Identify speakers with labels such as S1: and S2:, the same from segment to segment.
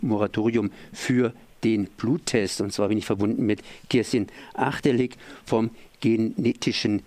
S1: Moratorium für den Bluttest. Und zwar bin ich verbunden mit Kirstin Achterlig vom genetischen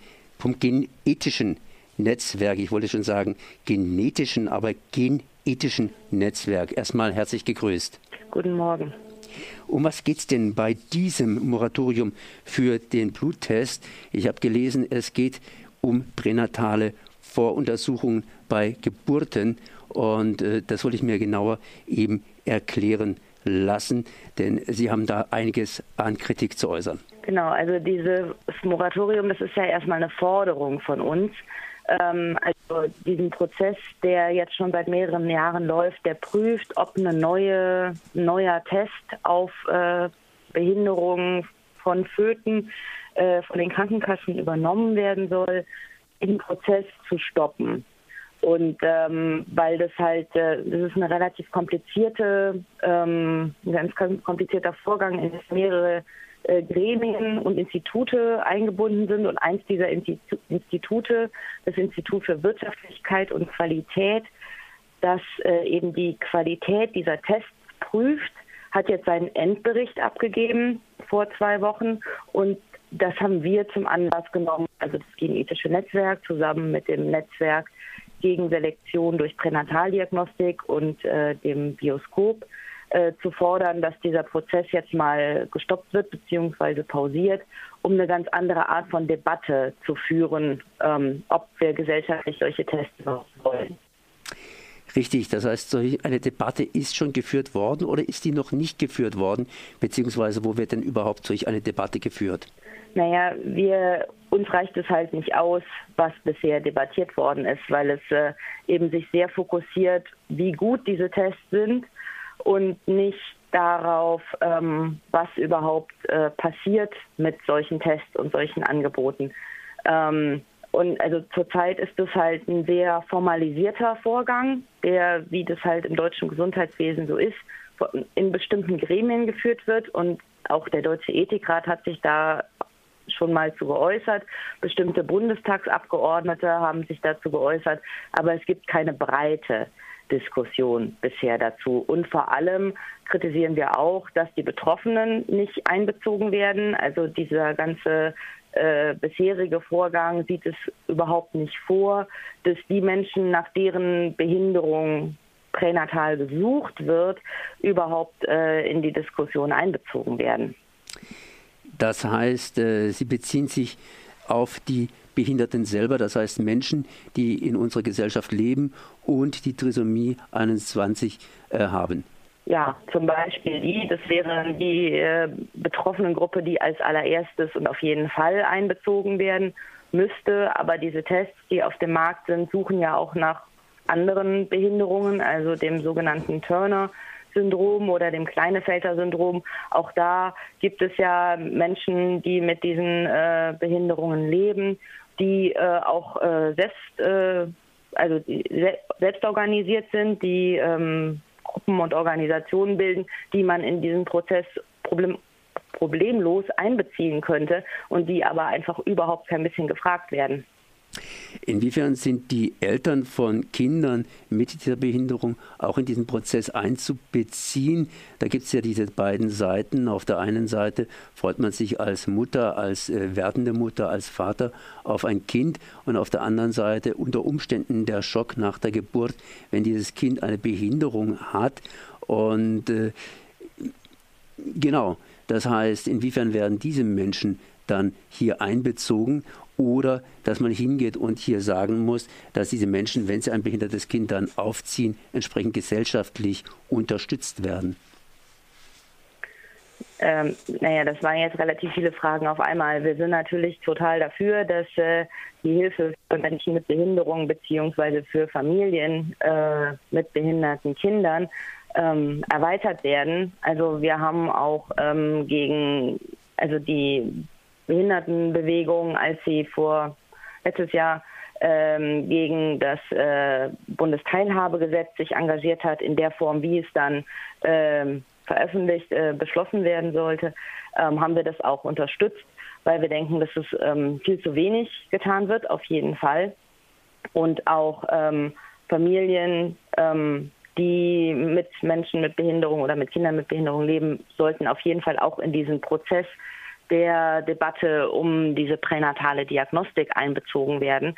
S1: Netzwerk. Ich wollte schon sagen genetischen, aber genethischen Netzwerk. Erstmal herzlich gegrüßt.
S2: Guten Morgen.
S1: Um was geht es denn bei diesem Moratorium für den Bluttest? Ich habe gelesen, es geht um pränatale Voruntersuchungen bei Geburten. Und das wollte ich mir genauer eben erklären lassen, denn Sie haben da einiges an Kritik zu äußern.
S2: Genau, also dieses Moratorium, das ist ja erstmal eine Forderung von uns. Also diesen Prozess, der jetzt schon seit mehreren Jahren läuft, der prüft, ob ein neuer Test auf Behinderungen von Föten von den Krankenkassen übernommen werden soll, den Prozess zu stoppen. Und weil das halt, das ist eine relativ ein ganz komplizierter Vorgang, in dem mehrere Gremien und Institute eingebunden sind. Und eins dieser Institute, das Institut für Wirtschaftlichkeit und Qualität, das eben die Qualität dieser Tests prüft, hat jetzt seinen Endbericht abgegeben vor 2 Wochen. Und das haben wir zum Anlass genommen, also das Genethische Netzwerk zusammen mit dem Netzwerk gegen Selektion durch Pränataldiagnostik und dem Bioskop zu fordern, dass dieser Prozess jetzt mal gestoppt wird bzw. pausiert, um eine ganz andere Art von Debatte zu führen, ob wir gesellschaftlich solche Tests machen wollen.
S1: Richtig, das heißt, solch eine Debatte ist schon geführt worden oder ist die noch nicht geführt worden, beziehungsweise wo wird denn überhaupt solch eine Debatte geführt?
S2: Naja, uns reicht es halt nicht aus, was bisher debattiert worden ist, weil es eben sich sehr fokussiert, wie gut diese Tests sind und nicht darauf, was überhaupt passiert mit solchen Tests und solchen Angeboten. Und also zurzeit ist das halt ein sehr formalisierter Vorgang, der, wie das halt im deutschen Gesundheitswesen so ist, in bestimmten Gremien geführt wird. Und auch der Deutsche Ethikrat hat sich da schon mal zu geäußert. Bestimmte Bundestagsabgeordnete haben sich dazu geäußert. Aber es gibt keine breite Diskussion bisher dazu. Und vor allem kritisieren wir auch, dass die Betroffenen nicht einbezogen werden. Also dieser ganze bisherige Vorgang sieht es überhaupt nicht vor, dass die Menschen, nach deren Behinderung pränatal gesucht wird, überhaupt in die Diskussion einbezogen werden.
S1: Das heißt, Sie beziehen sich auf die Behinderten selber, das heißt Menschen, die in unserer Gesellschaft leben und die Trisomie 21 haben.
S2: Ja, zum Beispiel das wäre die Betroffenengruppe, die als allererstes und auf jeden Fall einbezogen werden müsste. Aber diese Tests, die auf dem Markt sind, suchen ja auch nach anderen Behinderungen, also dem sogenannten Turner-Syndrom oder dem Klinefelter-Syndrom. Auch da gibt es ja Menschen, die mit diesen Behinderungen leben, die auch selbst organisiert sind, die Gruppen und Organisationen bilden, die man in diesen Prozess problemlos einbeziehen könnte und die aber einfach überhaupt kein bisschen gefragt werden.
S1: Inwiefern sind die Eltern von Kindern mit dieser Behinderung auch in diesen Prozess einzubeziehen? Da gibt es ja diese beiden Seiten. Auf der einen Seite freut man sich als Mutter, als werdende Mutter, als Vater auf ein Kind und auf der anderen Seite unter Umständen der Schock nach der Geburt, wenn dieses Kind eine Behinderung hat. Und genau, das heißt, inwiefern werden diese Menschen dann hier einbezogen? Oder dass man hingeht und hier sagen muss, dass diese Menschen, wenn sie ein behindertes Kind dann aufziehen, entsprechend gesellschaftlich unterstützt werden?
S2: Das waren jetzt relativ viele Fragen auf einmal. Wir sind natürlich total dafür, dass die Hilfe für Menschen mit Behinderung bzw. für Familien mit behinderten Kindern erweitert werden. Also wir haben auch gegen die Behindertenbewegung, als sie letztes Jahr gegen das Bundesteilhabegesetz sich engagiert hat, in der Form, wie es dann beschlossen werden sollte, haben wir das auch unterstützt, weil wir denken, dass es viel zu wenig getan wird, auf jeden Fall. Und auch Familien die mit Menschen mit Behinderung oder mit Kindern mit Behinderung leben, sollten auf jeden Fall auch in diesen Prozess der Debatte um diese pränatale Diagnostik einbezogen werden.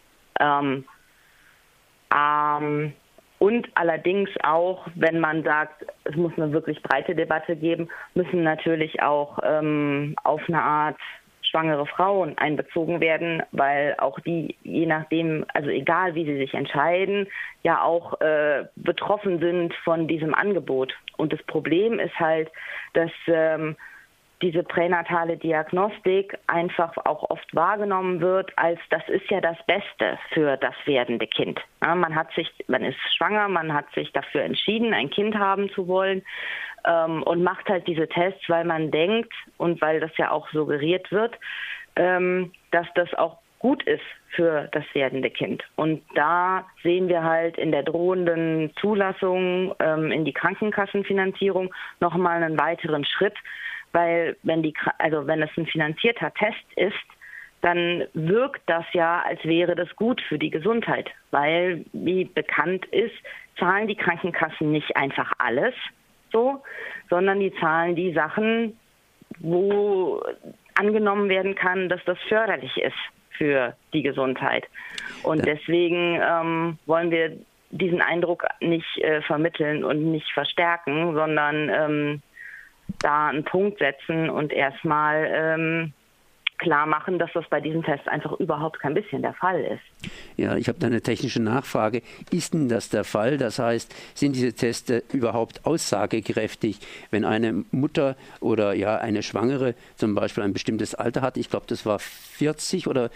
S2: Und allerdings auch, wenn man sagt, es muss eine wirklich breite Debatte geben, müssen natürlich auch auf eine Art schwangere Frauen einbezogen werden, weil auch die, je nachdem, also egal wie sie sich entscheiden, ja auch betroffen sind von diesem Angebot. Und das Problem ist halt, dass diese pränatale Diagnostik einfach auch oft wahrgenommen wird als, das ist ja das Beste für das werdende Kind. Ja, man ist schwanger, man hat sich dafür entschieden, ein Kind haben zu wollen, und macht halt diese Tests, weil man denkt und weil das ja auch suggeriert wird, dass das auch gut ist für das werdende Kind. Und da sehen wir halt in der drohenden Zulassung in die Krankenkassenfinanzierung nochmal einen weiteren Schritt, weil wenn es ein finanzierter Test ist, dann wirkt das ja, als wäre das gut für die Gesundheit, weil, wie bekannt ist, zahlen die Krankenkassen nicht einfach alles so, sondern die zahlen die Sachen, wo angenommen werden kann, dass das förderlich ist für die Gesundheit. Und deswegen wollen wir diesen Eindruck nicht vermitteln und nicht verstärken, sondern da einen Punkt setzen und erstmal klar machen, dass das bei diesem Test einfach überhaupt kein bisschen der Fall ist.
S1: Ja, ich habe da eine technische Nachfrage. Ist denn das der Fall? Das heißt, sind diese Teste überhaupt aussagekräftig, wenn eine Mutter oder ja eine Schwangere zum Beispiel ein bestimmtes Alter hat? Ich glaube, das war 40 oder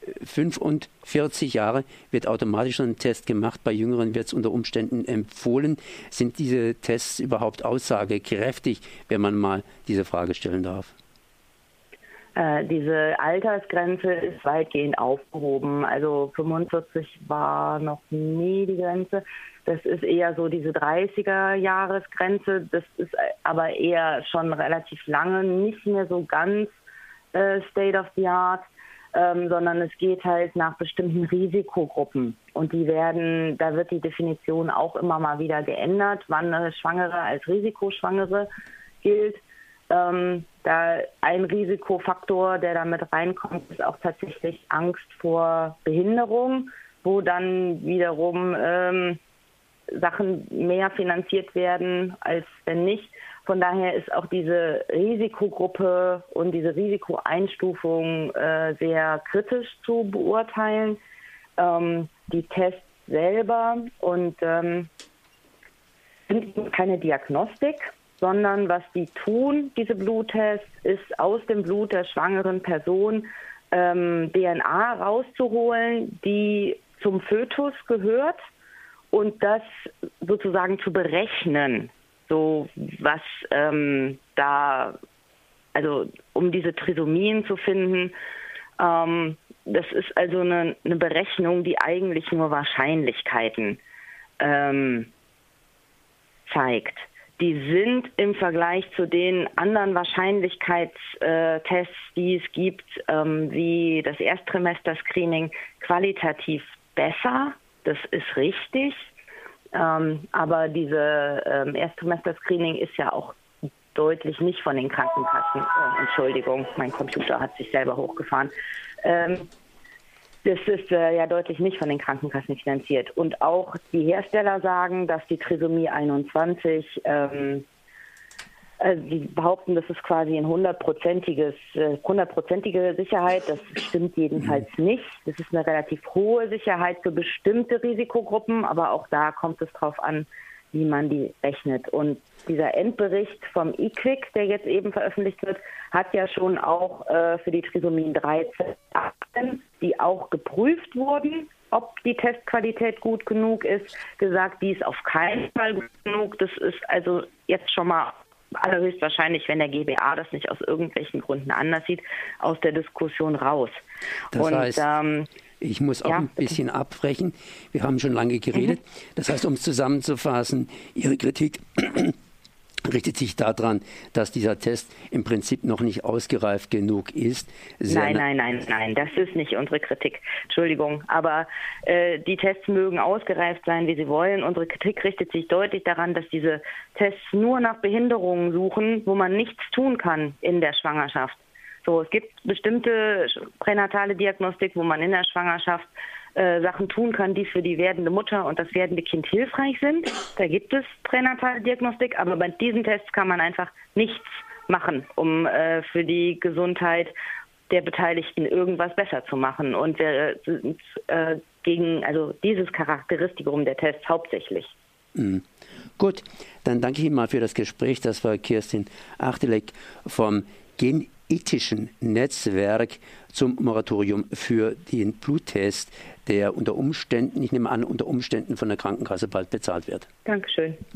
S1: 45 Jahre, wird automatisch so ein Test gemacht. Bei Jüngeren wird es unter Umständen empfohlen. Sind diese Tests überhaupt aussagekräftig, wenn man mal diese Frage stellen darf?
S2: Diese Altersgrenze ist weitgehend aufgehoben. Also 45 war noch nie die Grenze. Das ist eher so diese 30er-Jahresgrenze. Das ist aber eher schon relativ lange, nicht mehr so ganz State of the Art, sondern es geht halt nach bestimmten Risikogruppen. Und da wird die Definition auch immer mal wieder geändert, wann eine Schwangere als Risikoschwangere gilt. Da ein Risikofaktor, der damit reinkommt, ist auch tatsächlich Angst vor Behinderung, wo dann wiederum Sachen mehr finanziert werden, als wenn nicht. Von daher ist auch diese Risikogruppe und diese Risikoeinstufung sehr kritisch zu beurteilen. Die Tests selber sind keine Diagnostik, sondern was die tun, diese Bluttests, ist aus dem Blut der schwangeren Person DNA rauszuholen, die zum Fötus gehört und das sozusagen zu berechnen, so was um diese Trisomien zu finden. Das ist also eine Berechnung, die eigentlich nur Wahrscheinlichkeiten zeigt. Die sind im Vergleich zu den anderen Wahrscheinlichkeitstests, die es gibt, wie das Ersttrimester-Screening, qualitativ besser. Das ist richtig. Aber diese Ersttrimester-Screening ist ja auch deutlich nicht von den Krankenkassen. Entschuldigung, mein Computer hat sich selber hochgefahren. Das ist ja deutlich nicht von den Krankenkassen finanziert. Und auch die Hersteller sagen, dass die Trisomie 21, die behaupten, das ist quasi eine 100%ige Sicherheit. Das stimmt jedenfalls nicht. Das ist eine relativ hohe Sicherheit für bestimmte Risikogruppen, aber auch da kommt es drauf an, wie man die rechnet. Und dieser Endbericht vom IQWiC, der jetzt eben veröffentlicht wird, hat ja schon auch für die Trisomien 13, 18, die auch geprüft wurden, ob die Testqualität gut genug ist, gesagt, die ist auf keinen Fall gut genug. Das ist also jetzt schon mal allerhöchstwahrscheinlich, wenn der GBA das nicht aus irgendwelchen Gründen anders sieht, aus der Diskussion raus.
S1: Das heißt, ich muss auch ein bisschen abbrechen. Wir haben schon lange geredet. Das heißt, um es zusammenzufassen, Ihre Kritik richtet sich daran, dass dieser Test im Prinzip noch nicht ausgereift genug ist.
S2: Nein, das ist nicht unsere Kritik. Entschuldigung, aber die Tests mögen ausgereift sein, wie sie wollen. Unsere Kritik richtet sich deutlich daran, dass diese Tests nur nach Behinderungen suchen, wo man nichts tun kann in der Schwangerschaft. So, es gibt bestimmte pränatale Diagnostik, wo man in der Schwangerschaft Sachen tun kann, die für die werdende Mutter und das werdende Kind hilfreich sind. Da gibt es pränatale Diagnostik, aber bei diesen Tests kann man einfach nichts machen, um für die Gesundheit der Beteiligten irgendwas besser zu machen. Und wir sind gegen dieses Charakteristikum der Tests hauptsächlich.
S1: Gut, dann danke ich Ihnen mal für das Gespräch. Das war Kerstin Achtelek vom Genethischen Netzwerk zum Moratorium für den Bluttest, der unter Umständen, ich nehme an, unter Umständen von der Krankenkasse bald bezahlt wird.
S2: Dankeschön.